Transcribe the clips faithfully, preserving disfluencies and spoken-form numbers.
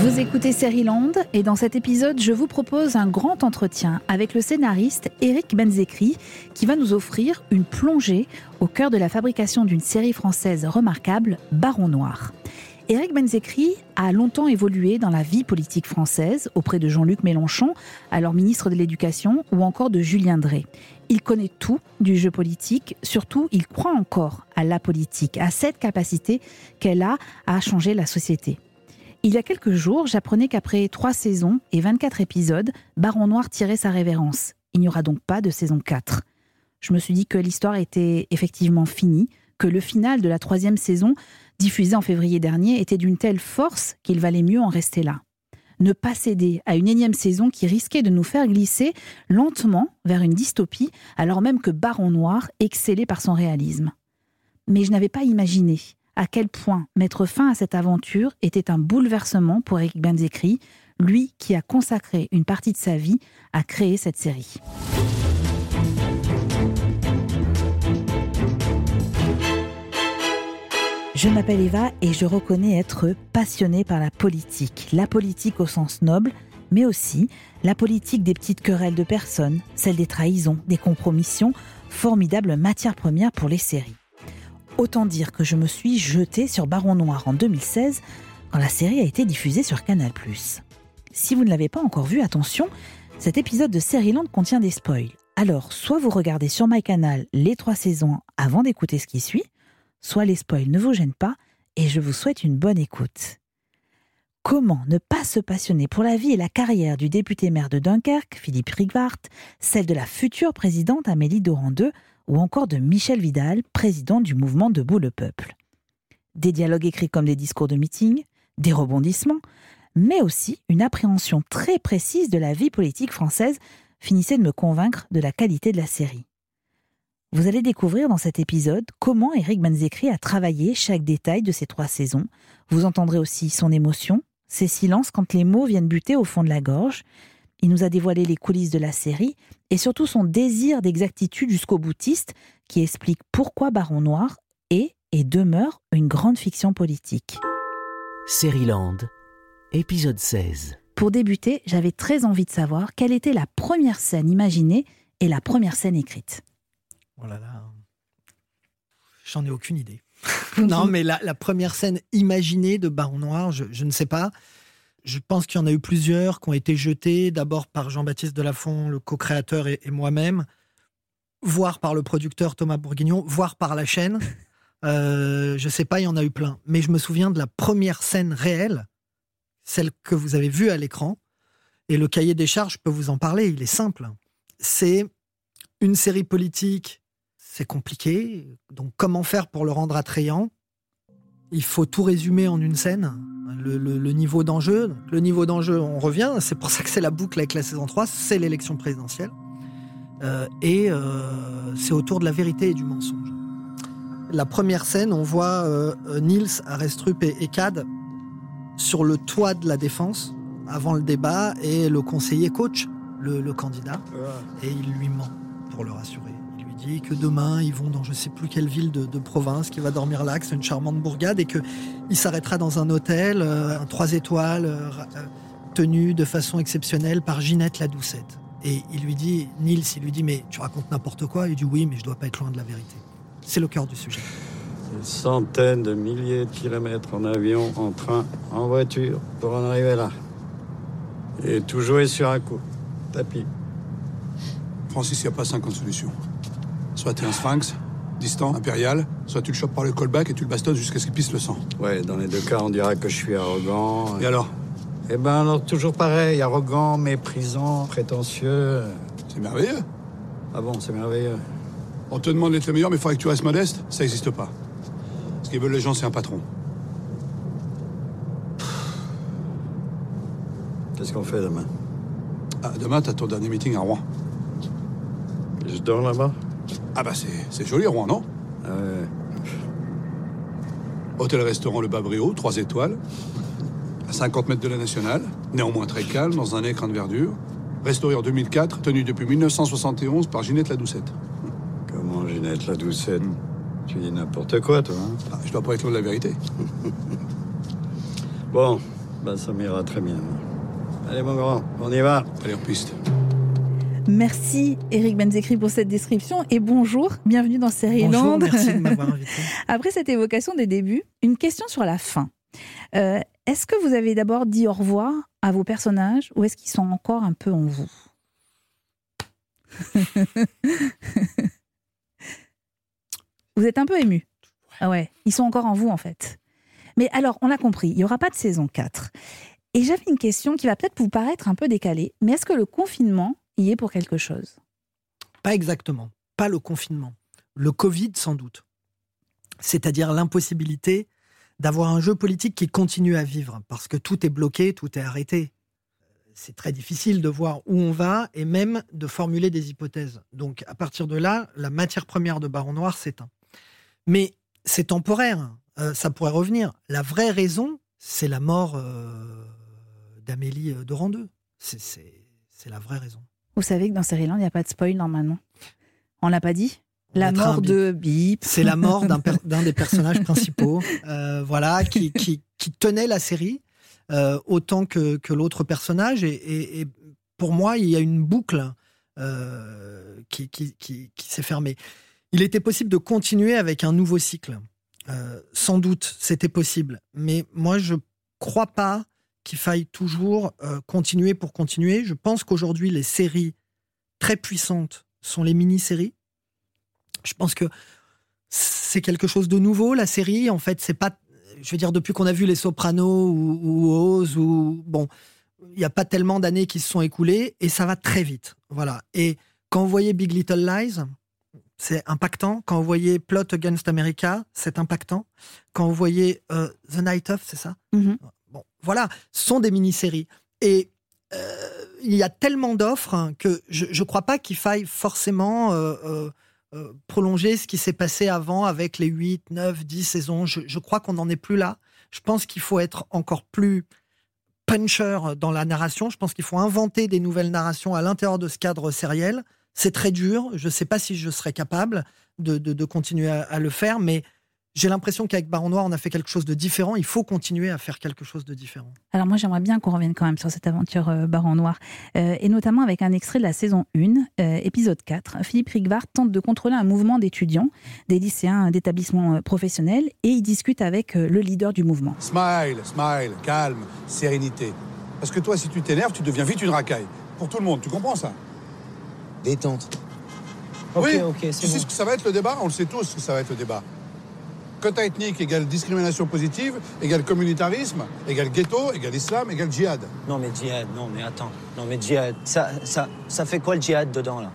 Vous écoutez Seriland et dans cet épisode, je vous propose un grand entretien avec le scénariste Éric Benzekri qui va nous offrir une plongée au cœur de la fabrication d'une série française remarquable, Baron Noir. Éric Benzekri a longtemps évolué dans la vie politique française auprès de Jean-Luc Mélenchon, alors ministre de l'Éducation, ou encore de Julien Dray. Il connaît tout du jeu politique, surtout il croit encore à la politique, à cette capacité qu'elle a à changer la société. Il y a quelques jours, j'apprenais qu'après trois saisons et vingt-quatre épisodes, Baron Noir tirait sa révérence. Il n'y aura donc pas de saison quatre. Je me suis dit que l'histoire était effectivement finie, que le final de la troisième saison, diffusée en février dernier, était d'une telle force qu'il valait mieux en rester là. Ne pas céder à une énième saison qui risquait de nous faire glisser lentement vers une dystopie, alors même que Baron Noir excellait par son réalisme. Mais je n'avais pas imaginé à quel point mettre fin à cette aventure était un bouleversement pour Éric Benzekri, lui qui a consacré une partie de sa vie à créer cette série. Je m'appelle Eva et je reconnais être passionnée par la politique. La politique au sens noble, mais aussi la politique des petites querelles de personnes, celle des trahisons, des compromissions, formidable matière première pour les séries. Autant dire que je me suis jetée sur Baron Noir en deux mille seize, quand la série a été diffusée sur Canal plus. Si vous ne l'avez pas encore vu, attention, cet épisode de Seriland contient des spoils. Alors, soit vous regardez sur MyCanal les trois saisons avant d'écouter ce qui suit, soit les spoils ne vous gênent pas et je vous souhaite une bonne écoute. Comment ne pas se passionner pour la vie et la carrière du député-maire de Dunkerque, Philippe Rickwart, celle de la future présidente Amélie Doran-Deux ou encore de Michel Vidal, président du mouvement Debout le Peuple. Des dialogues écrits comme des discours de meeting, des rebondissements, mais aussi une appréhension très précise de la vie politique française finissait de me convaincre de la qualité de la série. Vous allez découvrir dans cet épisode comment Éric Benzekri a travaillé chaque détail de ces trois saisons. Vous entendrez aussi son émotion, ses silences quand les mots viennent buter au fond de la gorge. Il nous a dévoilé les coulisses de la série et surtout son désir d'exactitude jusqu'au boutiste qui explique pourquoi Baron Noir est et demeure une grande fiction politique. Seriland, épisode seize. Pour débuter, j'avais très envie de savoir quelle était la première scène imaginée et la première scène écrite. Oh là là, j'en ai aucune idée. Non, mais la, la première scène imaginée de Baron Noir, je, je ne sais pas. Je pense qu'il y en a eu plusieurs qui ont été jetées, d'abord par Jean-Baptiste Delafont, le co-créateur, et, et moi-même, voire par le producteur Thomas Bourguignon, voire par la chaîne. Euh, je ne sais pas, il y en a eu plein. Mais je me souviens de la première scène réelle, celle que vous avez vue à l'écran. Et le cahier des charges, je peux vous en parler, il est simple. C'est une série politique. C'est compliqué. Donc, comment faire pour le rendre attrayant ? Il faut tout résumer en une scène. Le, le, le niveau d'enjeu. Donc, le niveau d'enjeu, on revient. C'est pour ça que c'est la boucle avec la saison trois. C'est l'élection présidentielle. Euh, et euh, c'est autour de la vérité et du mensonge. La première scène, on voit euh, Niels, Arestrup et, et Cad sur le toit de la Défense, avant le débat, et le conseiller coach, le, le candidat. Et il lui ment pour le rassurer. Dit que demain, ils vont dans je ne sais plus quelle ville de, de province, qu'il va dormir là, que c'est une charmante bourgade et qu'il s'arrêtera dans un hôtel, euh, un trois étoiles, euh, tenu de façon exceptionnelle par Ginette la Doucette. Et il lui dit, Niels, il lui dit, mais tu racontes n'importe quoi ? Il dit, oui, mais je dois pas être loin de la vérité. C'est le cœur du sujet. Des centaines de milliers de kilomètres en avion, en train, en voiture, pour en arriver là. Et tout jouer sur un coup. Tapis. Francis, il n'y a pas cinquante solutions. Soit t'es un sphinx, distant, impérial, soit tu le chopes par le callback et tu le bastonnes jusqu'à ce qu'il pisse le sang. Ouais, dans les deux cas, on dirait que je suis arrogant. Et alors ? Eh ben alors, toujours pareil, arrogant, méprisant, prétentieux. C'est merveilleux. Ah bon, c'est merveilleux. On te demande d'être le meilleur, mais il faudrait que tu restes modeste. Ça n'existe pas. Ce qu'ils veulent les gens, c'est un patron. Qu'est-ce qu'on fait demain ? Ah, demain, t'as ton dernier meeting à Rouen. Je dors là-bas ? Ah bah c'est, c'est joli Rouen, non ? Ah ouais. Hôtel-restaurant Le Babrio, trois étoiles, à cinquante mètres de la Nationale, néanmoins très calme, dans un écran de verdure. Restauré en deux mille quatre, tenu depuis mille neuf cent soixante et onze par Ginette la Doucette. Comment Ginette la Doucette ? Tu dis n'importe quoi, toi, hein ? Ah, je dois pas être loin de la vérité. Bon, Ben, ça m'ira très bien. Allez, mon grand, on y va. Allez, en piste. Merci Éric Benzekri pour cette description et bonjour, bienvenue dans Seriéland. Bonjour, merci de m'avoir invité. Après cette évocation des débuts, une question sur la fin. Euh, est-ce que vous avez d'abord dit au revoir à vos personnages ou est-ce qu'ils sont encore un peu en vous ? Vous êtes un peu ému. Ah ouais, ils sont encore en vous en fait. Mais alors, on l'a compris, il n'y aura pas de saison quatre. Et j'avais une question qui va peut-être vous paraître un peu décalée, mais est-ce que le confinement y est pour quelque chose ? Pas exactement, pas le confinement. Le Covid sans doute. C'est-à-dire l'impossibilité d'avoir un jeu politique qui continue à vivre, parce que tout est bloqué, tout est arrêté. C'est très difficile de voir où on va et même de formuler des hypothèses. Donc à partir de là, la matière première de Baron Noir s'éteint. Mais c'est temporaire, euh, ça pourrait revenir. La vraie raison, c'est la mort euh, d'Amélie de Randeux. C'est, c'est, c'est la vraie raison. Vous savez que dans Seriéland, il n'y a pas de spoil normalement. On l'a pas dit ? On La mettra mort un bip. de Bip. C'est la mort d'un, per- d'un des personnages principaux, euh, voilà, qui, qui, qui tenait la série euh, autant que, que l'autre personnage. Et, et, et pour moi, il y a une boucle euh, qui, qui, qui, qui s'est fermée. Il était possible de continuer avec un nouveau cycle. Euh, sans doute, c'était possible. Mais moi, je ne crois pas qu'il faille toujours euh, continuer pour continuer. Je pense qu'aujourd'hui, les séries très puissantes sont les mini-séries. Je pense que c'est quelque chose de nouveau, la série. En fait, c'est pas... Je veux dire, depuis qu'on a vu Les Sopranos ou, ou Oz, ou... Bon, il n'y a pas tellement d'années qui se sont écoulées et ça va très vite. Voilà. Et quand vous voyez Big Little Lies, c'est impactant. Quand vous voyez Plot Against America, c'est impactant. Quand vous voyez euh, The Night Of, c'est ça ? Mm-hmm. Bon, voilà, ce sont des mini-séries. Et euh, il y a tellement d'offres hein, que je ne crois pas qu'il faille forcément euh, euh, euh, prolonger ce qui s'est passé avant avec les huit, neuf, dix saisons. Je, je crois qu'on n'en est plus là. Je pense qu'il faut être encore plus puncher dans la narration. Je pense qu'il faut inventer des nouvelles narrations à l'intérieur de ce cadre sériel. C'est très dur. Je ne sais pas si je serais capable de, de, de continuer à, à le faire, mais j'ai l'impression qu'avec Baron Noir, on a fait quelque chose de différent. Il faut continuer à faire quelque chose de différent. Alors moi, j'aimerais bien qu'on revienne quand même sur cette aventure euh, Baron Noir, euh, et notamment avec un extrait de la saison un, euh, épisode quatre. Philippe Rigvart tente de contrôler un mouvement d'étudiants, des lycéens d'établissements euh, professionnels, et il discute avec euh, le leader du mouvement. Smile, smile, calme, sérénité. Parce que toi, si tu t'énerves, tu deviens vite une racaille. Pour tout le monde, tu comprends ça ? Détente. Oui, Ok, ok, c'est tu bon. sais ce que ça va être le débat ? On le sait tous ce que ça va être le débat. Quota ethnique égale discrimination positive, égale communautarisme, égale ghetto, égale islam, égale djihad. Non mais djihad, non mais attends. Non mais djihad, ça, ça, ça fait quoi le djihad dedans là ?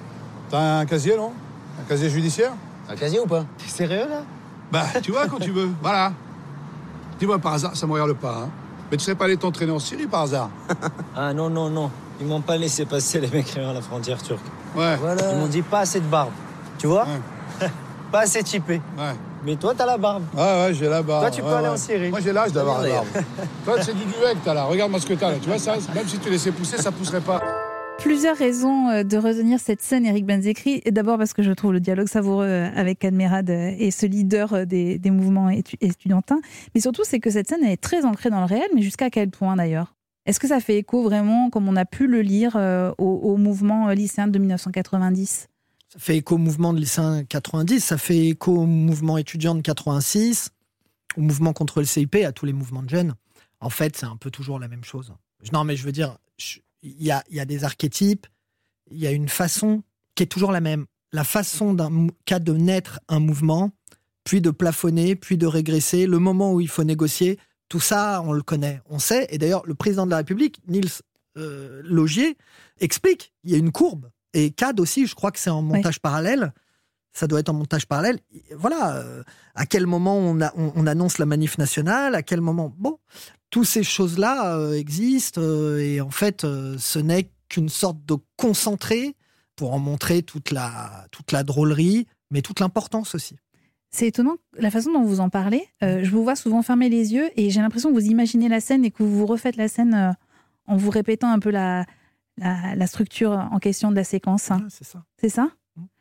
T'as un casier, non ? Un casier judiciaire ? Un casier ou pas ? T'es sérieux là ? Bah, tu vois, quand tu veux, voilà. Dis-moi par hasard, ça me regarde pas, hein. Mais tu serais pas allé t'entraîner en Syrie par hasard ? Ah non, non, non. Ils m'ont pas laissé passer les mécréants à la frontière turque. Ouais. Voilà. Ils m'ont dit pas assez de barbe. Tu vois ? Ouais. Pas assez typé. Ouais. Mais toi, t'as la barbe. Ouais, ouais, j'ai la barbe. Toi, tu peux ouais, aller ouais. en Syrie. Moi, j'ai l'âge d'avoir la barbe. Regarde. Toi, c'est du duvet que t'as là. Regarde-moi ce que t'as là. Tu vois ça ? Même si tu laissais pousser, ça pousserait pas. Plusieurs raisons de retenir cette scène, Éric Benzekri. D'abord parce que je trouve le dialogue savoureux avec Admirad et ce leader des, des mouvements étu- étudiantins. Mais surtout, c'est que cette scène elle est très ancrée dans le réel, mais jusqu'à quel point d'ailleurs ? Est-ce que ça fait écho vraiment, comme on a pu le lire, euh, au, au mouvement lycéen de dix-neuf cent quatre-vingt-dix ? Ça fait écho au mouvement de lycéen quatre-vingt-dix, ça fait écho au mouvement étudiant de quatre-vingt-six, au mouvement contre le C I P, à tous les mouvements de jeunes. En fait, c'est un peu toujours la même chose. Non, mais je veux dire, il y a, y a des archétypes, il y a une façon qui est toujours la même. La façon d'un qu'a de naître un mouvement, puis de plafonner, puis de régresser, le moment où il faut négocier, tout ça, on le connaît, on sait. Et d'ailleurs, le président de la République, Niels euh, Laugier, explique, il y a une courbe. Et C A D aussi, je crois que c'est en montage oui. parallèle. Ça doit être en montage parallèle. Voilà, euh, à quel moment on, a, on, on annonce la manif nationale, à quel moment... Bon, toutes ces choses-là euh, existent euh, et en fait, euh, ce n'est qu'une sorte de concentré pour en montrer toute la, toute la drôlerie, mais toute l'importance aussi. C'est étonnant, la façon dont vous en parlez. Euh, je vous vois souvent fermer les yeux et j'ai l'impression que vous imaginez la scène et que vous refaites la scène euh, en vous répétant un peu la... La, la structure en question de la séquence. Hein. Ouais, c'est ça. C'est ça ?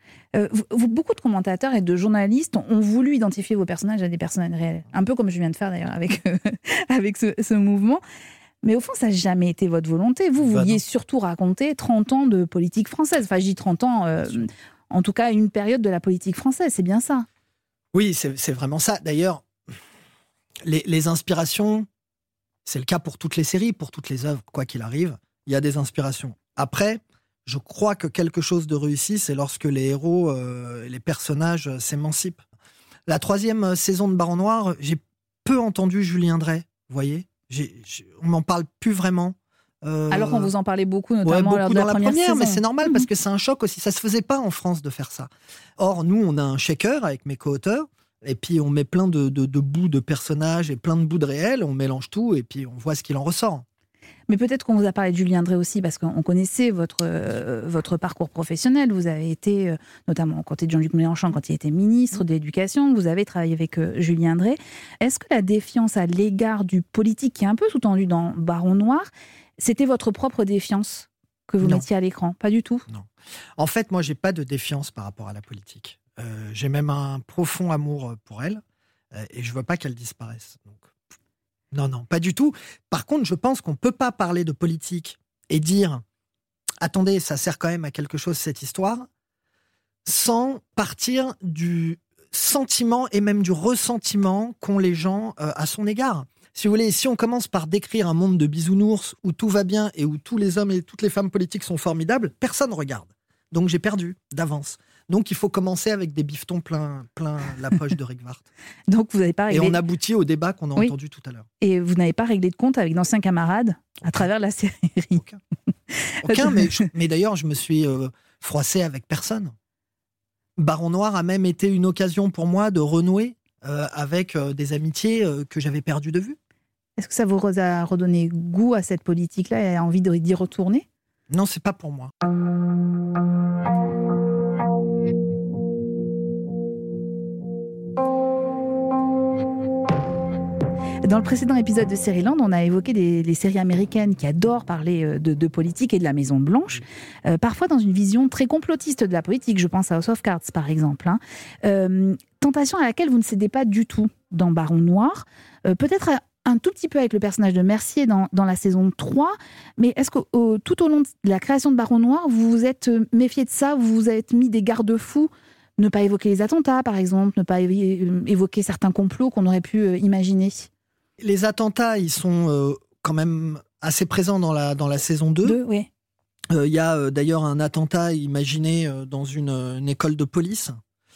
Euh, vous, beaucoup de commentateurs et de journalistes ont, ont voulu identifier vos personnages à des personnages réels. Un peu comme je viens de faire d'ailleurs avec, euh, avec ce, ce mouvement. Mais au fond, ça n'a jamais été votre volonté. Vous bah vouliez non. surtout raconter trente ans de politique française. Enfin, je dis trente ans, euh, en tout cas une période de la politique française, c'est bien ça. Oui, c'est, c'est vraiment ça. D'ailleurs, les, les inspirations, c'est le cas pour toutes les séries, pour toutes les œuvres, quoi qu'il arrive, il y a des inspirations. Après, je crois que quelque chose de réussi, c'est lorsque les héros, euh, les personnages euh, s'émancipent. La troisième saison de Baron Noir, j'ai peu entendu Julien Dray, vous voyez j'ai, j'ai, on m'en parle plus vraiment. Euh... Alors qu'on vous en parlait beaucoup, notamment ouais, beaucoup lors de dans la la première, première saison. Mais c'est normal Mmh. parce que c'est un choc aussi. Ça se faisait pas en France de faire ça. Or, nous, on a un shaker avec mes co-auteurs. Et puis, on met plein de, de, de bouts de personnages et plein de bouts de réels. On mélange tout et puis on voit ce qu'il en ressort. Mais peut-être qu'on vous a parlé de Julien Dray aussi, parce qu'on connaissait votre, euh, votre parcours professionnel. Vous avez été, euh, notamment aux côtés de Jean-Luc Mélenchon, quand il était ministre de l'Éducation, vous avez travaillé avec euh, Julien Dray. Est-ce que la défiance à l'égard du politique, qui est un peu sous-tendue dans Baron Noir, c'était votre propre défiance que vous Non. mettiez à l'écran? Pas du tout. Non. En fait, moi, j'ai pas de défiance par rapport à la politique. Euh, j'ai même un profond amour pour elle euh, et je veux pas qu'elle disparaisse. Donc, non, non, pas du tout. Par contre, je pense qu'on peut pas parler de politique et dire « Attendez, ça sert quand même à quelque chose, cette histoire », sans partir du sentiment et même du ressentiment qu'ont les gens euh, à son égard. Si vous voulez, si on commence par décrire un monde de bisounours où tout va bien et où tous les hommes et toutes les femmes politiques sont formidables, personne ne regarde. Donc j'ai perdu d'avance. Donc il faut commencer avec des bifetons plein, plein la poche de Rick Vart. Donc vous n'avez pas réglé... Et on aboutit au débat qu'on a oui. entendu tout à l'heure. Et vous n'avez pas réglé de compte avec d'anciens camarades à travers la série? Aucun. Aucun, mais, je, mais d'ailleurs, je me suis euh, froissé avec personne. Baron Noir a même été une occasion pour moi de renouer euh, avec euh, des amitiés euh, que j'avais perdues de vue. Est-ce que ça vous a redonné goût à cette politique-là et envie d'y retourner? Non, c'est pas pour moi. Dans le précédent épisode de Série-Land, on a évoqué des, les séries américaines qui adorent parler de, de politique et de la Maison-Blanche, euh, parfois dans une vision très complotiste de la politique. Je pense à House of Cards, par exemple. Hein. Euh, tentation à laquelle vous ne cédez pas du tout dans Baron Noir. Euh, peut-être un tout petit peu avec le personnage de Mercier dans, dans la saison trois, mais est-ce que au, tout au long de la création de Baron Noir, vous vous êtes méfié de ça, vous vous êtes mis des garde-fous? Ne pas évoquer les attentats, par exemple, ne pas évoquer certains complots qu'on aurait pu imaginer? Les attentats, ils sont euh, quand même assez présents dans la, dans la saison deux. deux oui. Euh, il y a euh, d'ailleurs un attentat imaginé euh, dans une, une école de police,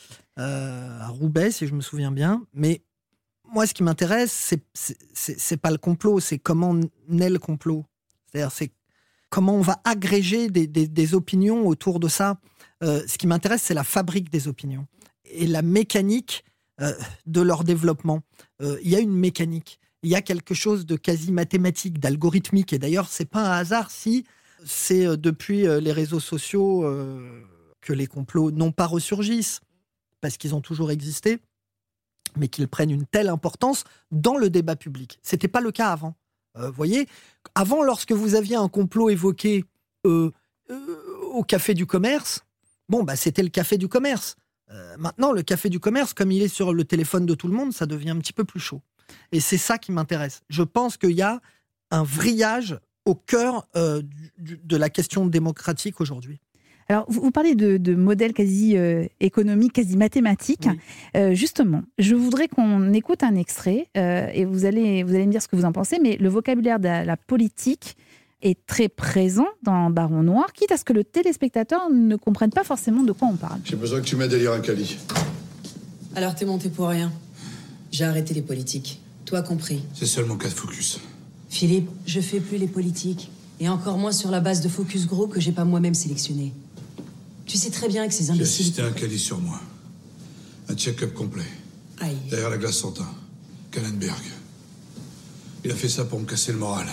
euh, à Roubaix, si je me souviens bien. Mais moi, ce qui m'intéresse, c'est, c'est, c'est, c'est pas le complot, c'est comment naît le complot. C'est-à-dire, c'est comment on va agréger des, des, des opinions autour de ça. Euh, ce qui m'intéresse, c'est la fabrique des opinions et la mécanique euh, de leur développement. Euh, il y a une mécanique. Il y a quelque chose de quasi mathématique, d'algorithmique. Et d'ailleurs, c'est pas un hasard si c'est depuis les réseaux sociaux euh, que les complots non pas ressurgissent, parce qu'ils ont toujours existé, mais qu'ils prennent une telle importance dans le débat public. C'était pas le cas avant. Vous euh, voyez, avant, lorsque vous aviez un complot évoqué euh, euh, au Café du Commerce, bon, bah, c'était le Café du Commerce. Euh, maintenant, le Café du Commerce, comme il est sur le téléphone de tout le monde, ça devient un petit peu plus chaud. Et c'est ça qui m'intéresse. Je pense qu'il y a un vrillage au cœur euh, du, de la question démocratique aujourd'hui. Alors, vous, vous parlez de, de modèles quasi euh, économiques, quasi mathématiques. Oui. Euh, justement, je voudrais qu'on écoute un extrait euh, et vous allez, vous allez me dire ce que vous en pensez, mais le vocabulaire de la, la politique est très présent dans Baron Noir, quitte à ce que le téléspectateur ne comprenne pas forcément de quoi on parle. J'ai besoin que tu m'aides à lire un Cali. Alors t'es monté pour rien. J'ai arrêté les politiques. Toi compris. C'est seulement cas de focus. Philippe, je fais plus les politiques. Et encore moins sur la base de focus gros que j'ai pas moi-même sélectionné. Tu sais très bien que ces imbéciles... J'ai assisté à un Cali sur moi. Un check-up complet. Aïe. Derrière la glace Santin. Kallenberg. Il a fait ça pour me casser le moral.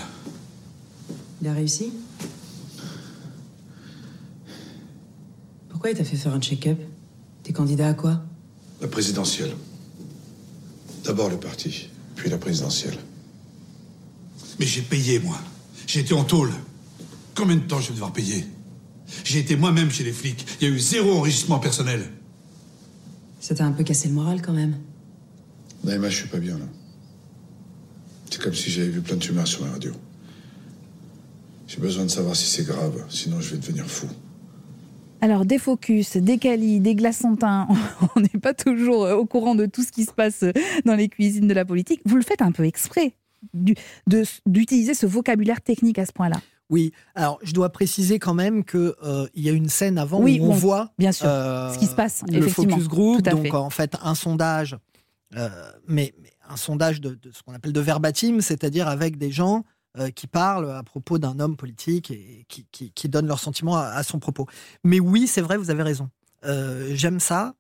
Il a réussi? Pourquoi il t'a fait faire un check-up? T'es candidat à quoi? La présidentielle. D'abord le parti, puis la présidentielle. Mais j'ai payé, moi. J'ai été en tôle. Combien de temps je vais devoir payer? J'ai été moi-même chez les flics. Il y a eu zéro enrichissement personnel. Ça t'a un peu cassé le moral quand même. Naïma, je suis pas bien là. C'est comme si j'avais vu plein de tumeurs sur la radio. J'ai besoin de savoir si c'est grave, sinon je vais devenir fou. Alors, des focus, des calis, des glaçons-teints, on n'est pas toujours au courant de tout ce qui se passe dans les cuisines de la politique. Vous le faites un peu exprès, du, de, d'utiliser ce vocabulaire technique à ce point-là. Oui, alors je dois préciser quand même qu'il euh, y a une scène avant oui, où on bon, voit bien sûr, euh, ce qui se passe, le effectivement. focus group, tout à donc fait. en fait un sondage, euh, mais, mais un sondage de, de ce qu'on appelle de verbatim, c'est-à-dire avec des gens euh, qui parlent à propos d'un homme politique et qui, qui, qui donnent leurs sentiments à, à son propos. Mais oui, c'est vrai, vous avez raison. Euh, j'aime ça.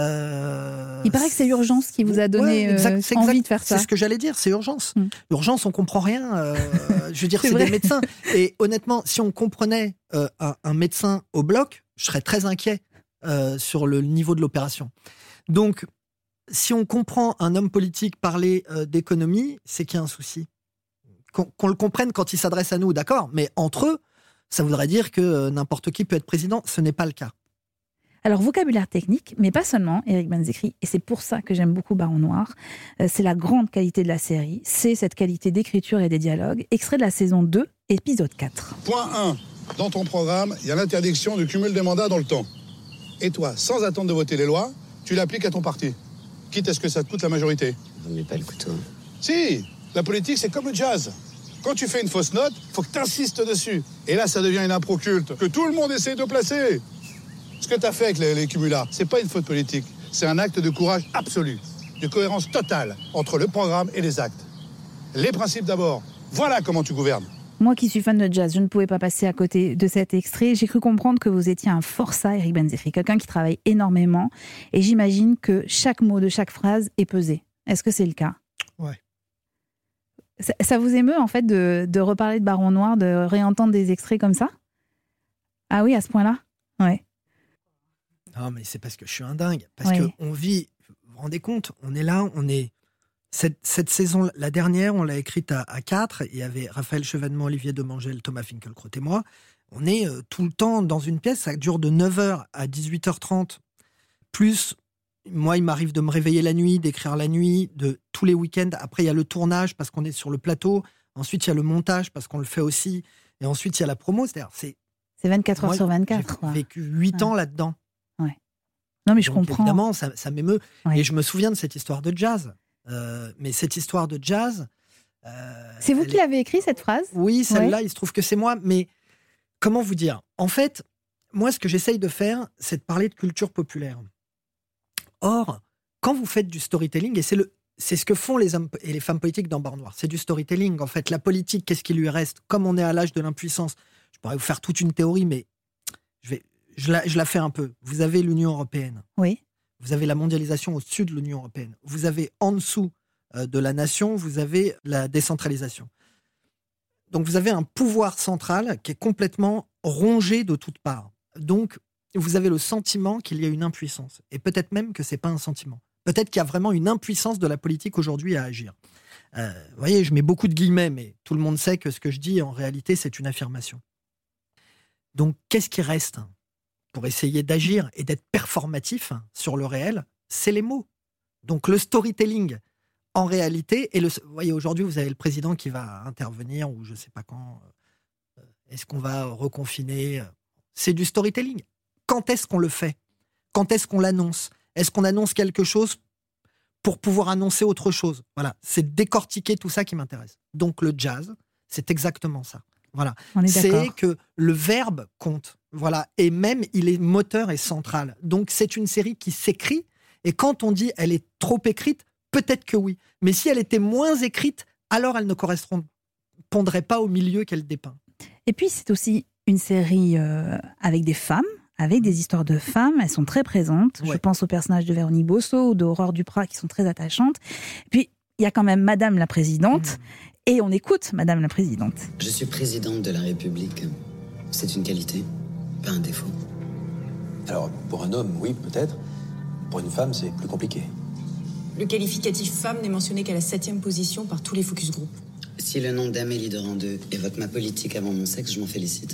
Euh, Il paraît que c'est Urgence qui vous a donné ouais, exact, euh, envie exact, de faire ça. C'est ce que j'allais dire, c'est Urgence. Mm. Urgence, on comprend rien. Euh, je veux dire, c'est c'est vrai. des médecins. Et honnêtement, si on comprenait euh, un, un médecin au bloc, je serais très inquiet euh, sur le niveau de l'opération. Donc, si on comprend un homme politique parler euh, d'économie, c'est qu'il y a un souci. Qu'on, qu'on le comprenne quand il s'adresse à nous, d'accord, mais entre eux, ça voudrait dire que euh, n'importe qui peut être président. Ce n'est pas le cas. Alors, vocabulaire technique, mais pas seulement, Éric Benzekri, et c'est pour ça que j'aime beaucoup Baron Noir. Euh, c'est la grande qualité de la série, c'est cette qualité d'écriture et des dialogues. Extrait de la saison deux, épisode quatre. Point un. Dans ton programme, il y a l'interdiction du cumul des mandats dans le temps. Et toi, sans attendre de voter les lois, tu l'appliques à ton parti. Quitte à ce que ça te coûte la majorité. Vous ne mettez pas le couteau. Si, la politique, c'est comme le jazz. Quand tu fais une fausse note, il faut que tu insistes dessus. Et là, ça devient une impro culte que tout le monde essaie de placer. Ce que tu as fait avec les, les cumulats, c'est pas une faute politique. C'est un acte de courage absolu, de cohérence totale entre le programme et les actes. Les principes d'abord. Voilà comment tu gouvernes. Moi qui suis fan de jazz, je ne pouvais pas passer à côté de cet extrait. J'ai cru comprendre que vous étiez un forçat, Éric Benzekri, quelqu'un qui travaille énormément. Et j'imagine que chaque mot de chaque phrase est pesé. Est-ce que c'est le cas ? Ouais. Ça, ça vous émeut, en fait, de, de reparler de Baron Noir, de réentendre des extraits comme ça ? Ah oui, à ce point-là ? Ouais. Non, mais c'est parce que je suis un dingue. Parce Oui. qu'on vit, vous vous rendez compte, on est là, on est... Cette, cette saison, la dernière, on l'a écrite à, à quatre. Il y avait Raphaël Chevènement, Olivier Demangel, Thomas Finkielkraut et moi. On est euh, tout le temps dans une pièce. Ça dure de neuf heures à dix-huit heures trente. Plus, moi, il m'arrive de me réveiller la nuit, d'écrire la nuit, de tous les week-ends. Après, il y a le tournage parce qu'on est sur le plateau. Ensuite, il y a le montage parce qu'on le fait aussi. Et ensuite, il y a la promo. C'est-à-dire, c'est... C'est vingt-quatre heures moi, sur vingt-quatre. J'ai quoi. vécu huit Ouais. ans là-dedans. Non, mais je Donc, comprends. évidemment, ça, ça m'émeut. Ouais. Et je me souviens de cette histoire de jazz. Euh, mais cette histoire de jazz... euh, C'est vous elle qui est- l'avez écrit, cette phrase ? Oui, celle-là, Ouais. il se trouve que c'est moi. Mais comment vous dire ? En fait, moi, ce que j'essaye de faire, c'est de parler de culture populaire. Or, quand vous faites du storytelling, et c'est, le, c'est ce que font les hommes et les femmes politiques dans Baron Noir, c'est du storytelling. En fait, la politique, qu'est-ce qui lui reste ? Comme on est à l'âge de l'impuissance, je pourrais vous faire toute une théorie, mais je, vais, je, la, je la fais un peu. Vous avez l'Union européenne. Oui. Vous avez la mondialisation au-dessus de l'Union européenne. Vous avez en dessous euh, de la nation, vous avez la décentralisation. Donc vous avez un pouvoir central qui est complètement rongé de toutes parts. Donc vous avez le sentiment qu'il y a une impuissance. Et peut-être même que ce n'est pas un sentiment. Peut-être qu'il y a vraiment une impuissance de la politique aujourd'hui à agir. Euh, vous voyez, je mets beaucoup de guillemets, mais tout le monde sait que ce que je dis, en réalité, c'est une affirmation. Donc qu'est-ce qui reste pour essayer d'agir et d'être performatif sur le réel, c'est les mots. Donc le storytelling, en réalité, et le, vous voyez, aujourd'hui, vous avez le président qui va intervenir, ou je ne sais pas quand, euh, est-ce qu'on va reconfiner ? C'est du storytelling. Quand est-ce qu'on le fait ? Quand est-ce qu'on l'annonce ? Est-ce qu'on annonce quelque chose pour pouvoir annoncer autre chose ? Voilà, c'est décortiquer tout ça qui m'intéresse. Donc le jazz, c'est exactement ça. Voilà. On est C'est d'accord. que le verbe compte. Voilà. Et même, il est moteur et central. Donc, c'est une série qui s'écrit. Et quand on dit elle est trop écrite, peut-être que oui. Mais si elle était moins écrite, alors elle ne correspondrait pas au milieu qu'elle dépeint. Et puis, c'est aussi une série euh, avec des femmes, avec des histoires de femmes. Elles sont très présentes. Ouais. Je pense aux personnages de Véronique Bosso ou d'Aurore Duprat qui sont très attachantes. Et puis, il y a quand même Madame la Présidente. Mmh. Et on écoute Madame la Présidente. Je suis présidente de la République. C'est une qualité, pas un défaut. Alors, pour un homme, oui, peut-être. Pour une femme, c'est plus compliqué. Le qualificatif femme n'est mentionné qu'à la septième position par tous les focus group. Si le nom d'Amélie de Randeux évoque ma politique avant mon sexe, je m'en félicite.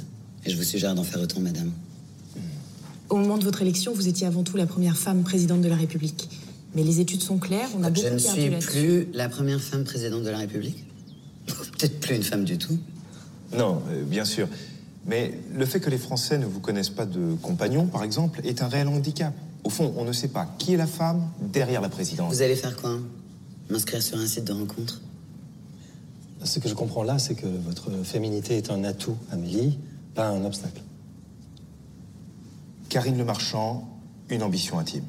Et je vous suggère d'en faire autant, madame. Au moment de votre élection, vous étiez avant tout la première femme présidente de la République. Mais les études sont claires, on a beaucoup perdu là-dessus. Je ne suis plus la première femme présidente de la République. Peut-être plus une femme du tout. Non, euh, bien sûr. Mais le fait que les Français ne vous connaissent pas de compagnon, par exemple, est un réel handicap. Au fond, on ne sait pas qui est la femme derrière la présidence. Vous allez faire quoi? M'inscrire sur un site de rencontre? Ce que je comprends là, c'est que votre féminité est un atout, Amélie, pas un obstacle. Karine Le Marchand, une ambition intime.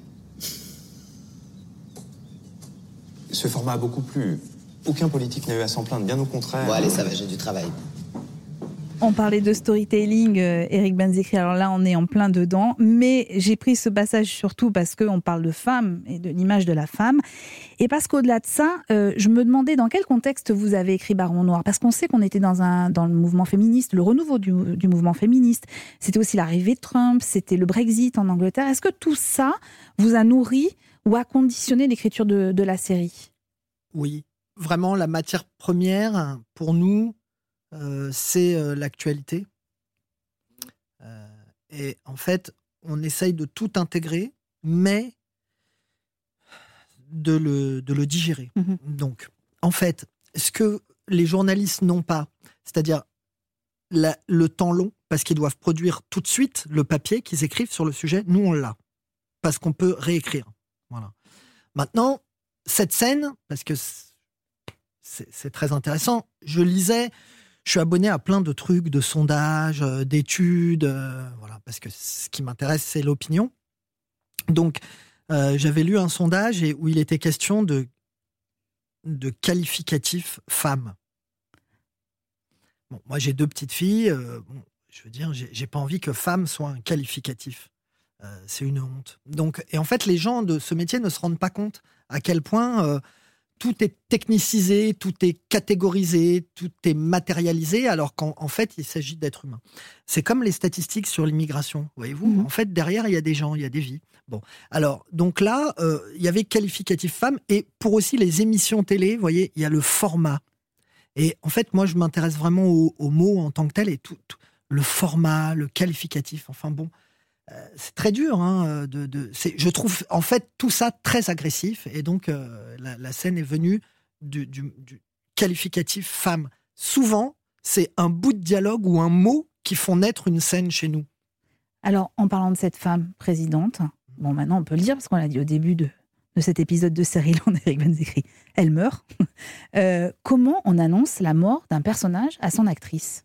Ce format a beaucoup plu. Aucun politique n'a eu à s'en plaindre, bien au contraire. Bon, allez, ça va, j'ai du travail. On parlait de storytelling, euh, Éric Benzekri, alors là on est en plein dedans, mais j'ai pris ce passage surtout parce qu'on parle de femme et de l'image de la femme, et parce qu'au-delà de ça, euh, je me demandais dans quel contexte vous avez écrit Baron Noir, parce qu'on sait qu'on était dans, un, dans le mouvement féministe, le renouveau du, du mouvement féministe, c'était aussi l'arrivée de Trump, c'était le Brexit en Angleterre. Est-ce que tout ça vous a nourri ou a conditionné l'écriture de, de la série? Oui, vraiment la matière première pour nous, Euh, c'est euh, l'actualité. Euh, et en fait, on essaye de tout intégrer, mais de le, de le digérer. Mmh. Donc, en fait, ce que les journalistes n'ont pas, c'est-à-dire la, le temps long, parce qu'ils doivent produire tout de suite le papier qu'ils écrivent sur le sujet, nous, on l'a. Parce qu'on peut réécrire. Voilà. Maintenant, cette scène, parce que c'est, c'est très intéressant, je lisais... Je suis abonné à plein de trucs, de sondages, euh, d'études, euh, voilà, parce que ce qui m'intéresse, c'est l'opinion. Donc, euh, j'avais lu un sondage et où il était question de, de qualificatif femme. Bon, moi, j'ai deux petites filles. Euh, bon, je veux dire, j'ai, j'ai pas envie que femme soit un qualificatif. Euh, c'est une honte. Donc, et en fait, les gens de ce métier ne se rendent pas compte à quel point... Euh, tout est technicisé, tout est catégorisé, tout est matérialisé, alors qu'en en fait, il s'agit d'êtres humains. C'est comme les statistiques sur l'immigration, voyez-vous. Mmh. En fait, derrière, il y a des gens, il y a des vies. Bon, alors, donc là, euh, il y avait qualificatif femme, et pour aussi les émissions télé, vous voyez, il y a le format. Et en fait, moi, je m'intéresse vraiment aux au mots en tant que tel, et tout, tout, le format, le qualificatif, enfin bon... Euh, c'est très dur, hein, de, de, c'est, je trouve en fait tout ça très agressif, et donc euh, la, la scène est venue du, du, du qualificatif femme. Souvent, c'est un bout de dialogue ou un mot qui font naître une scène chez nous. Alors, en parlant de cette femme présidente, bon, maintenant on peut le dire, parce qu'on l'a dit au début de, de cet épisode de Série Land, Éric Benzekri, elle meurt. Euh, comment on annonce la mort d'un personnage à son actrice?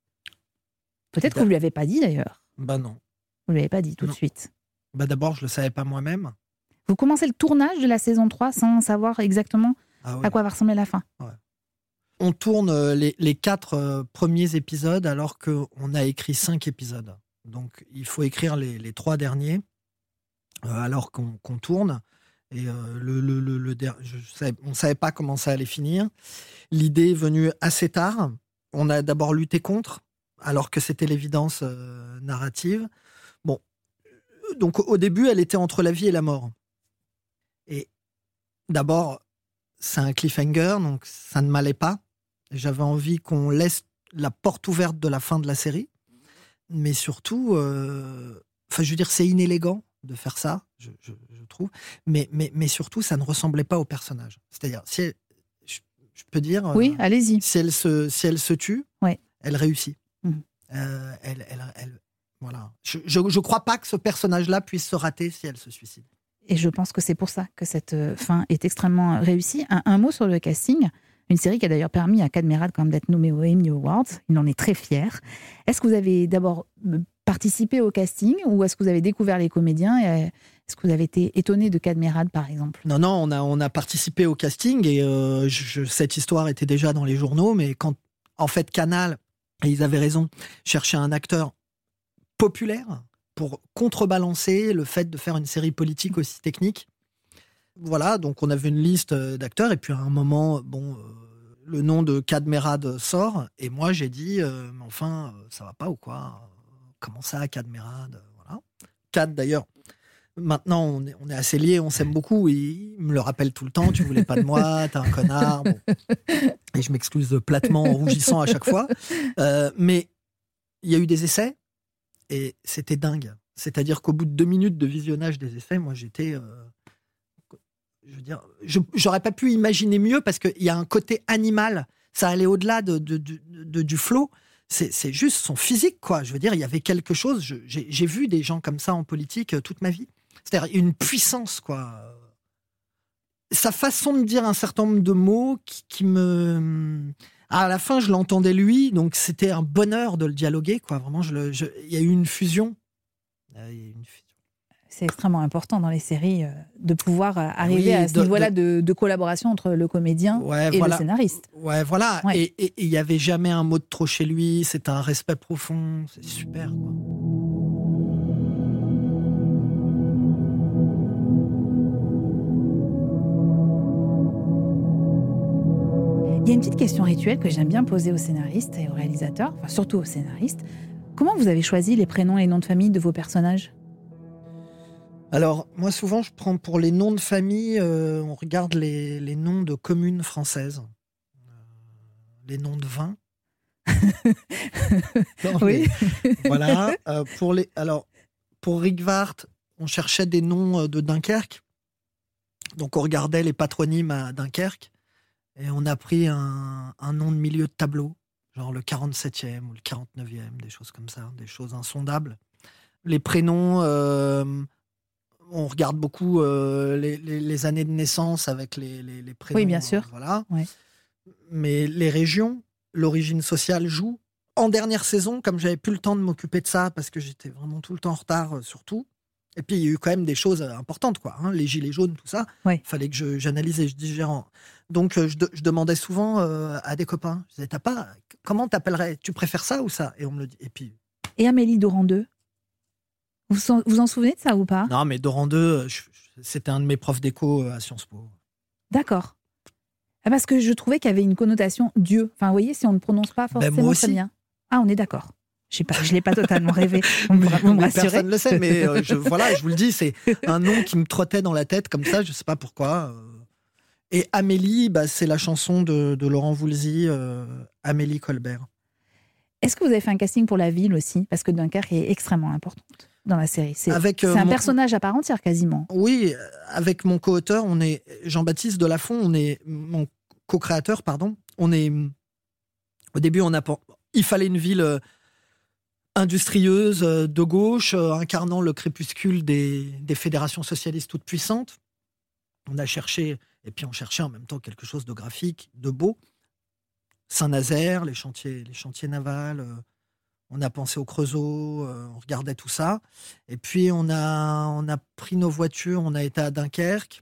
Peut-être que vous ne lui avez pas dit d'ailleurs. Ben non. Vous ne l'avez pas dit tout non. de suite. Bah d'abord, je ne le savais pas moi-même. Vous commencez le tournage de la saison trois sans savoir exactement ah oui. à quoi va ressembler la fin. Ouais. On tourne les, les quatre euh, premiers épisodes alors qu'on a écrit cinq épisodes. Donc il faut écrire les, les trois derniers euh, alors qu'on, qu'on tourne. Et euh, le, le, le, le, je savais, on ne savait pas comment ça allait finir. L'idée est venue assez tard. On a d'abord lutté contre, alors que c'était l'évidence euh, narrative. Bon, donc au début, elle était entre la vie et la mort. Et d'abord, c'est un cliffhanger, donc ça ne m'allait pas. J'avais envie qu'on laisse la porte ouverte de la fin de la série. Mais surtout, euh, enfin, je veux dire, c'est inélégant de faire ça, je, je, je trouve. Mais, mais, mais surtout, ça ne ressemblait pas au personnage. C'est-à-dire, si elle, je, je peux dire... Oui, euh, allez-y. Si elle se, si elle se tue, ouais. elle réussit. Mmh. Euh, elle, elle, elle, voilà. Je ne crois pas que ce personnage-là puisse se rater si elle se suicide. Et je pense que c'est pour ça que cette fin est extrêmement réussie. Un, un mot sur le casting. Une série qui a d'ailleurs permis à Cadmerade quand même d'être nommé aux Emmy Awards. Il en est très fier. Est-ce que vous avez d'abord participé au casting ou est-ce que vous avez découvert les comédiens et est-ce que vous avez été étonné de Cadmerade, par exemple? Non, non, on a, on a participé au casting et euh, je, cette histoire était déjà dans les journaux, mais quand, en fait, Canal, et ils avaient raison, cherchait un acteur populaire pour contrebalancer le fait de faire une série politique aussi technique. Voilà, donc on avait une liste d'acteurs et puis à un moment, bon, euh, le nom de Cadmerade sort et moi j'ai dit, euh, mais enfin, ça va pas ou quoi? Comment ça, Cadmerade? Voilà. Cad d'ailleurs, maintenant on est, on est assez liés, on s'aime beaucoup, et il me le rappelle tout le temps, tu voulais pas de moi, t'es un connard. Bon. Et je m'excuse platement en rougissant à chaque fois. Euh, mais il y a eu des essais et c'était dingue. C'est-à-dire qu'au bout de deux minutes de visionnage des essais, moi, j'étais... Euh, je veux dire, je, j'aurais pas pu imaginer mieux parce qu'il y a un côté animal. Ça allait au-delà de, de, de, de, du flow. C'est, c'est juste son physique, quoi. Je veux dire, il y avait quelque chose... Je, j'ai, j'ai vu des gens comme ça en politique euh, toute ma vie. C'est-à-dire une puissance, quoi. Sa façon de dire un certain nombre de mots qui, qui me... À la fin, je l'entendais lui, donc c'était un bonheur de le dialoguer, quoi. Vraiment, je le, je... il y a eu une fusion. Il y a eu une fusion. C'est extrêmement important dans les séries euh, de pouvoir euh, arriver oui, à ce de, niveau-là de... de, de collaboration entre le comédien ouais, et voilà. le scénariste. Ouais, voilà. Ouais. Et il n'y avait jamais un mot de trop chez lui. C'était un respect profond. C'est super, quoi. Il y a une petite question rituelle que j'aime bien poser aux scénaristes et aux réalisateurs, enfin surtout aux scénaristes. Comment vous avez choisi les prénoms et les noms de famille de vos personnages ? Alors, moi, souvent, je prends pour les noms de famille, euh, on regarde les, les noms de communes françaises. Euh, les noms de vins. Non, oui. Voilà. Euh, pour les, alors, pour Rigvart, on cherchait des noms de Dunkerque. Donc, on regardait les patronymes à Dunkerque. Et on a pris un, un nom de milieu de tableau, genre le quarante-septième ou le quarante-neuvième, des choses comme ça, des choses insondables. Les prénoms, euh, on regarde beaucoup euh, les, les, les années de naissance avec les, les, les prénoms. Oui, bien sûr. Euh, voilà. Ouais. Mais les régions, l'origine sociale joue. En dernière saison, comme j'avais plus le temps de m'occuper de ça, parce que j'étais vraiment tout le temps en retard, euh, surtout. Et puis, il y a eu quand même des choses importantes, quoi. Hein, les gilets jaunes, tout ça. Il ouais. fallait que je, j'analyse et je digère. En... Donc, je, je demandais souvent euh, à des copains. Je disais, t'as pas... Comment t'appellerais ? Tu préfères ça ou ça ? Et on me le dit. Et puis... Et Amélie Dorandeux ? Vous vous en souvenez de ça ou pas ? Non, mais Dorandeux, je, je, c'était un de mes profs d'éco à Sciences Po. D'accord. Parce que je trouvais qu'il y avait une connotation Dieu. Enfin, vous voyez, si on ne prononce pas forcément ben moi aussi. très bien. Ah, on est d'accord. Je ne l'ai pas totalement rêvé. Vous me, vous me rassurez. Personne ne le sait, mais euh, je, voilà, je vous le dis, c'est un nom qui me trottait dans la tête comme ça, je ne sais pas pourquoi. Et Amélie, bah, c'est la chanson de, de Laurent Voulzy, euh, Amélie Colbert. Est-ce que vous avez fait un casting pour la ville aussi ? Parce que Dunkerque est extrêmement importante dans la série. C'est, avec, euh, c'est un mon... personnage à part entière, quasiment. Oui, avec mon co-auteur, on est Jean-Baptiste Delafont, on est mon co-créateur, pardon. On est... Au début, on a... il fallait une ville... industrieuse de gauche, euh, incarnant le crépuscule des, des fédérations socialistes toutes puissantes. On a cherché, et puis on cherchait en même temps quelque chose de graphique, de beau. Saint-Nazaire, les chantiers, les chantiers navals, euh, on a pensé au Creusot, euh, on regardait tout ça. Et puis on a, on a pris nos voitures, on a été à Dunkerque.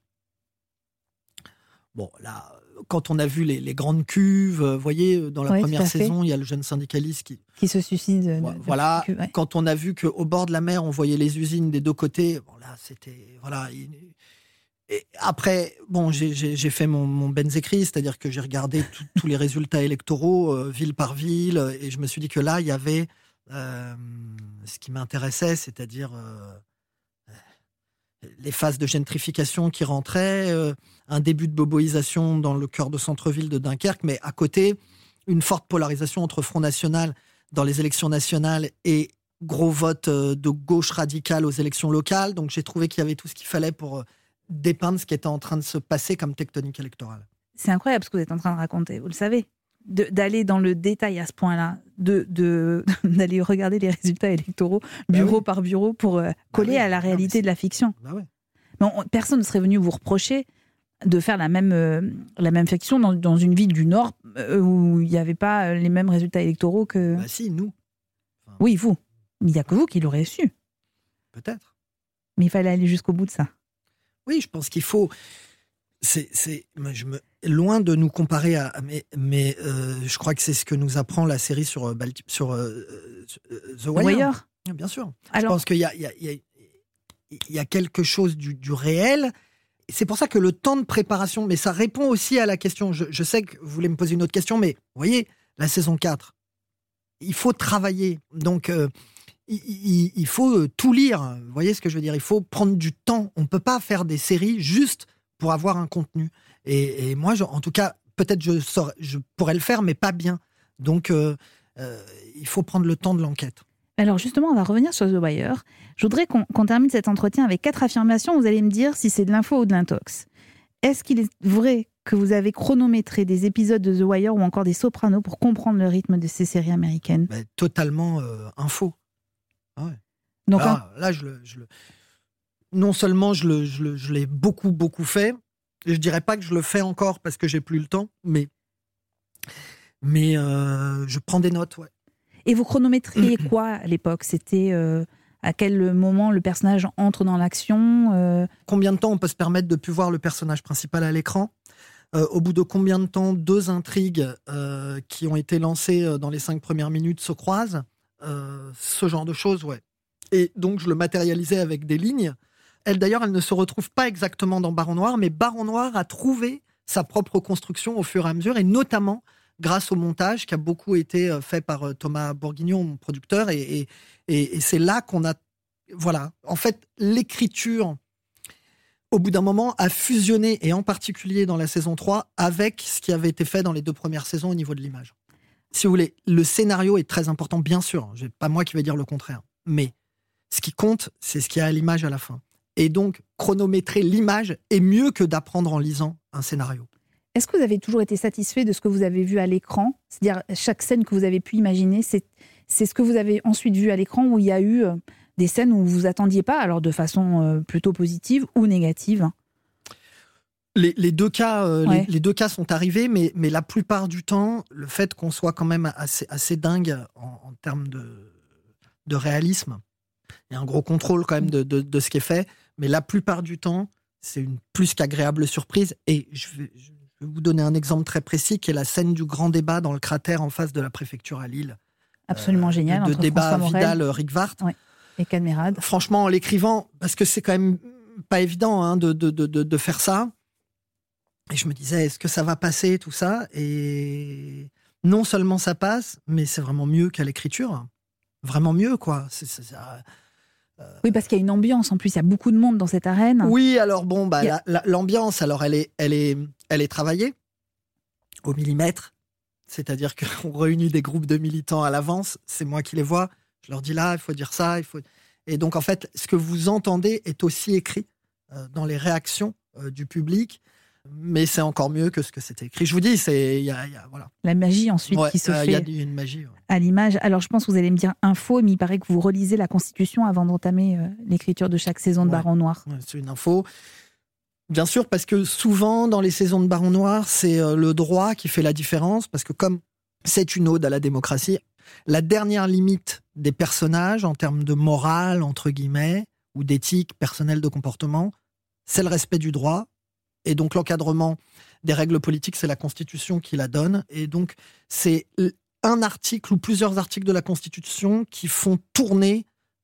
Bon, là, quand on a vu les, les grandes cuves, vous voyez, dans la ouais, première saison, il y a le jeune syndicaliste qui... Qui se suicide. De, voilà, de, ouais. Quand on a vu qu'au bord de la mer, on voyait les usines des deux côtés, bon là, c'était... Voilà. Et après, bon, j'ai, j'ai, j'ai fait mon, mon Benzécri, c'est-à-dire que j'ai regardé tous les résultats électoraux, euh, ville par ville, et je me suis dit que là, il y avait euh, ce qui m'intéressait, c'est-à-dire... Euh, les phases de gentrification qui rentraient, euh, un début de boboisation dans le cœur de centre-ville de Dunkerque, mais à côté, une forte polarisation entre Front National dans les élections nationales et gros vote de gauche radicale aux élections locales. Donc j'ai trouvé qu'il y avait tout ce qu'il fallait pour dépeindre ce qui était en train de se passer comme tectonique électorale. C'est incroyable ce que vous êtes en train de raconter, vous le savez. De, d'aller dans le détail à ce point-là, de, de, d'aller regarder les résultats électoraux bureau bah oui. par bureau pour euh, coller bah oui. à la réalité non, de la fiction. Bah ouais. Mais on, personne ne serait venu vous reprocher de faire la même, euh, la même fiction dans, dans une ville du Nord euh, où il n'y avait pas les mêmes résultats électoraux que... Bah si, nous. Enfin... Oui, vous. Mais il n'y a que vous qui l'aurez su. Peut-être. Mais il fallait aller jusqu'au bout de ça. Oui, je pense qu'il faut... C'est, c'est, je me, loin de nous comparer à, mais, mais euh, je crois que c'est ce que nous apprend la série sur, Balti, sur euh, The Wire. Wire. Bien sûr. Alors, je pense qu'il y a, il y a, il y a, il y a quelque chose du, du réel. C'est pour ça que le temps de préparation, mais ça répond aussi à la question. Je, je sais que vous voulez me poser une autre question, mais vous voyez, la saison quatre, il faut travailler. Donc, euh, il, il, il faut tout lire. Vous voyez ce que je veux dire ? Il faut prendre du temps. On ne peut pas faire des séries juste pour avoir un contenu. Et, et moi, je, en tout cas, peut-être je, saurais, je pourrais le faire, mais pas bien. Donc, euh, euh, il faut prendre le temps de l'enquête. Alors justement, on va revenir sur The Wire. Je voudrais qu'on, qu'on termine cet entretien avec quatre affirmations. Vous allez me dire si c'est de l'info ou de l'intox. Est-ce qu'il est vrai que vous avez chronométré des épisodes de The Wire ou encore des Sopranos pour comprendre le rythme de ces séries américaines ? Bah, totalement euh, info. Ah ouais. Donc, là, hein... là je, le, je le... non seulement je, le, je, le, je l'ai beaucoup, beaucoup fait, et je dirais pas que je le fais encore parce que j'ai plus le temps, mais, mais euh, je prends des notes, ouais. Et vous chronométriez quoi à l'époque ? C'était euh, à quel moment le personnage entre dans l'action euh... Combien de temps on peut se permettre de plus voir le personnage principal à l'écran ? euh, Au bout de combien de temps deux intrigues euh, qui ont été lancées dans les cinq premières minutes se croisent ? euh, Ce genre de choses, ouais. Et donc je le matérialisais avec des lignes. Elle d'ailleurs, elle ne se retrouve pas exactement dans Baron Noir, mais Baron Noir a trouvé sa propre construction au fur et à mesure, et notamment grâce au montage qui a beaucoup été fait par Thomas Bourguignon, mon producteur, et, et, et, et c'est là qu'on a... Voilà, en fait, l'écriture, au bout d'un moment, a fusionné, et en particulier dans la saison trois, avec ce qui avait été fait dans les deux premières saisons au niveau de l'image. Si vous voulez, le scénario est très important, bien sûr, c'est pas moi qui vais dire le contraire, mais ce qui compte, c'est ce qu'il y a à l'image à la fin. Et donc, chronométrer l'image est mieux que d'apprendre en lisant un scénario. Est-ce que vous avez toujours été satisfait de ce que vous avez vu à l'écran ? C'est-à-dire, chaque scène que vous avez pu imaginer, c'est, c'est ce que vous avez ensuite vu à l'écran, où il y a eu euh, des scènes où vous ne vous attendiez pas, alors de façon euh, plutôt positive ou négative ? Les, les, deux cas, euh, ouais. les, les deux cas sont arrivés, mais, mais la plupart du temps, le fait qu'on soit quand même assez, assez dingue en, en termes de, de réalisme, il y a un gros contrôle quand même de, de, de ce qui est fait, mais la plupart du temps, c'est une plus qu'agréable surprise. Et je vais, je vais vous donner un exemple très précis, qui est la scène du grand débat dans le cratère en face de la préfecture à Lille. Absolument euh, génial. De, de entre débat Vidal, Vidal-Rickwart. Ouais. Et Cadmerade. Franchement, en l'écrivant, parce que c'est quand même pas évident hein, de, de, de, de faire ça. Et je me disais, est-ce que ça va passer, tout ça ? Et non seulement ça passe, mais c'est vraiment mieux qu'à l'écriture. Vraiment mieux, quoi. C'est, c'est, ça... Euh... Oui, parce qu'il y a une ambiance. En plus, il y a beaucoup de monde dans cette arène. Oui, alors bon, bah, a... la, la, l'ambiance, alors elle est, elle est, elle est travaillée au millimètre. C'est-à-dire qu'on réunit des groupes de militants à l'avance. C'est moi qui les vois. Je leur dis là, il faut dire ça. Il faut... Et donc, en fait, ce que vous entendez est aussi écrit euh, dans les réactions euh, du public. Mais c'est encore mieux que ce que c'était écrit. Je vous dis, c'est, y a, y a, voilà. La magie ensuite ouais, qui se euh, fait y a une magie, ouais. À l'image. Alors je pense que vous allez me dire info, mais il paraît que vous relisez la Constitution avant d'entamer euh, l'écriture de chaque saison de ouais. Baron Noir. Ouais, c'est une info. Bien sûr, parce que souvent dans les saisons de Baron Noir, c'est euh, le droit qui fait la différence, parce que comme c'est une ode à la démocratie, la dernière limite des personnages en termes de morale, entre guillemets, ou d'éthique personnelle de comportement, c'est le respect du droit. Et donc, l'encadrement des règles politiques, c'est la Constitution qui la donne. Et donc, c'est un article ou plusieurs articles de la Constitution qui font tourner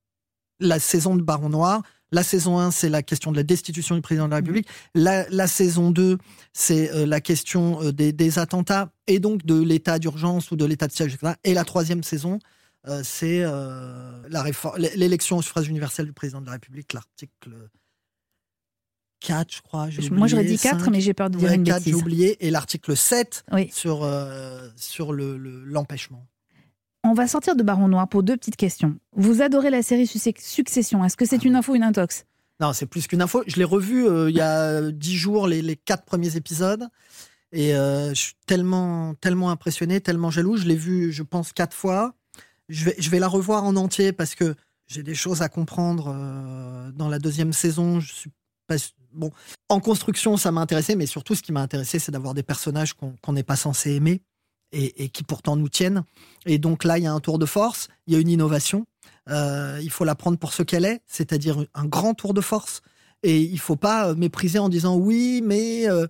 la saison de Baron Noir. La saison un, c'est la question de la destitution du président de la République. La, la saison deux, c'est euh, la question euh, des, des attentats et donc de l'état d'urgence ou de l'état de siège, et cetera. Et la troisième saison, euh, c'est euh, la réforme, l'élection au suffrage universel du président de la République, l'article quatre, je crois. J'ai Moi, oublié, j'aurais dit quatre, cinq. mais j'ai peur de dire ouais, une quatre, bêtise. J'ai oublié. Et l'article sept oui. sur, euh, sur le, le, l'empêchement. On va sortir de Baron Noir pour deux petites questions. Vous adorez la série Succession. Est-ce que c'est ah, une info ou une intox ? Non, c'est plus qu'une info. Je l'ai revu euh, il y a dix jours, les, les quatre premiers épisodes. Et euh, je suis tellement, tellement impressionné, tellement jaloux. Je l'ai vu, je pense, quatre fois. Je vais, je vais la revoir en entier parce que j'ai des choses à comprendre euh, dans la deuxième saison. Je suis pas... Bon, en construction, ça m'a intéressé, mais surtout, ce qui m'a intéressé, c'est d'avoir des personnages qu'on, qu'on n'est pas censé aimer et, et qui pourtant nous tiennent. Et donc là, il y a un tour de force, il y a une innovation. Euh, il faut la prendre pour ce qu'elle est, c'est-à-dire un grand tour de force. Et il ne faut pas mépriser en disant oui, mais euh,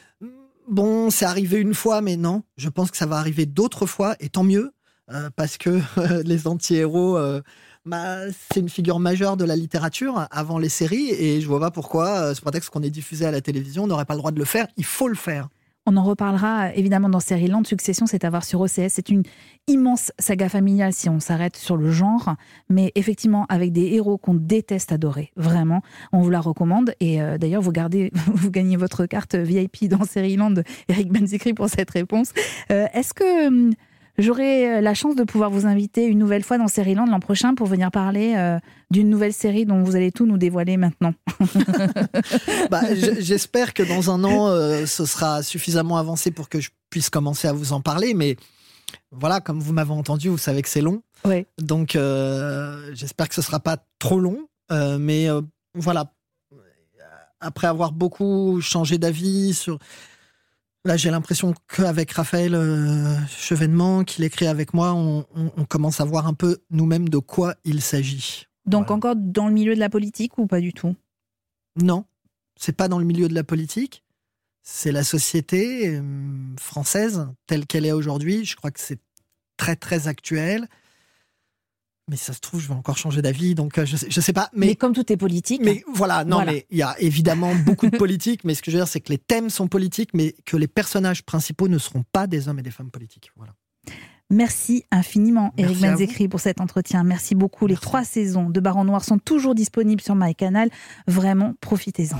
bon, c'est arrivé une fois, mais non. Je pense que ça va arriver d'autres fois, et tant mieux, euh, parce que euh, les anti-héros... Euh, Bah, c'est une figure majeure de la littérature avant les séries et je vois pas pourquoi, euh, sous prétexte qu'on est diffusé à la télévision, on n'aurait pas le droit de le faire. Il faut le faire. On en reparlera évidemment dans Seriland. Succession, c'est à voir sur O C S. C'est une immense saga familiale si on s'arrête sur le genre, mais effectivement avec des héros qu'on déteste adorer. Vraiment, on vous la recommande. Et euh, d'ailleurs, vous gardez, vous gagnez votre carte V I P dans Seriland. Eric Benzikri pour cette réponse. Euh, est-ce que J'aurai la chance de pouvoir vous inviter une nouvelle fois dans Série Land l'an prochain pour venir parler euh, d'une nouvelle série dont vous allez tout nous dévoiler maintenant. bah, j'espère que dans un an, euh, ce sera suffisamment avancé pour que je puisse commencer à vous en parler. Mais voilà, comme vous m'avez entendu, vous savez que c'est long. Ouais. Donc, euh, j'espère que ce ne sera pas trop long. Euh, mais euh, voilà, après avoir beaucoup changé d'avis sur... Là, j'ai l'impression qu'avec Raphaël euh, Chevènement, qu'il écrit avec moi, on, on, on commence à voir un peu nous-mêmes de quoi il s'agit. Donc voilà. Encore dans le milieu de la politique ou pas du tout ? Non, c'est pas dans le milieu de la politique. C'est la société euh, française telle qu'elle est aujourd'hui. Je crois que c'est très très actuel. Mais ça se trouve, je vais encore changer d'avis, donc euh, je sais, je sais pas. Mais, mais comme tout est politique. Mais voilà, non, voilà. mais il y a évidemment beaucoup de politique. Mais ce que je veux dire, c'est que les thèmes sont politiques, mais que les personnages principaux ne seront pas des hommes et des femmes politiques. Voilà. Merci infiniment, Éric Merci Benzekri, pour cet entretien. Merci beaucoup. Merci. Les trois saisons de Baron Noir sont toujours disponibles sur MyCanal. Vraiment, profitez-en.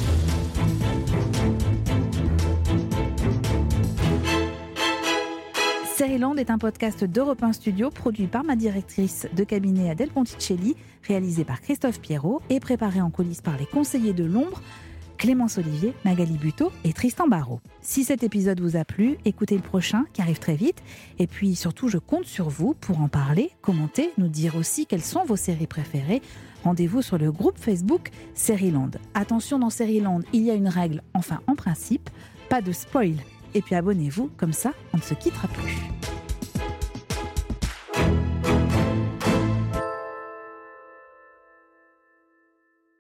Série Land est un podcast d'Europe un Studio produit par ma directrice de cabinet Adèle Ponticelli, réalisé par Christophe Pierrot et préparé en coulisses par les conseillers de l'ombre Clémence Olivier, Magali Buteau et Tristan Barrault. Si cet épisode vous a plu, écoutez le prochain qui arrive très vite. Et puis surtout, je compte sur vous pour en parler, commenter, nous dire aussi quelles sont vos séries préférées. Rendez-vous sur le groupe Facebook Série Land. Attention, dans Série Land, il y a une règle, enfin en principe, pas de spoil. Et puis abonnez-vous, comme ça, on ne se quittera plus.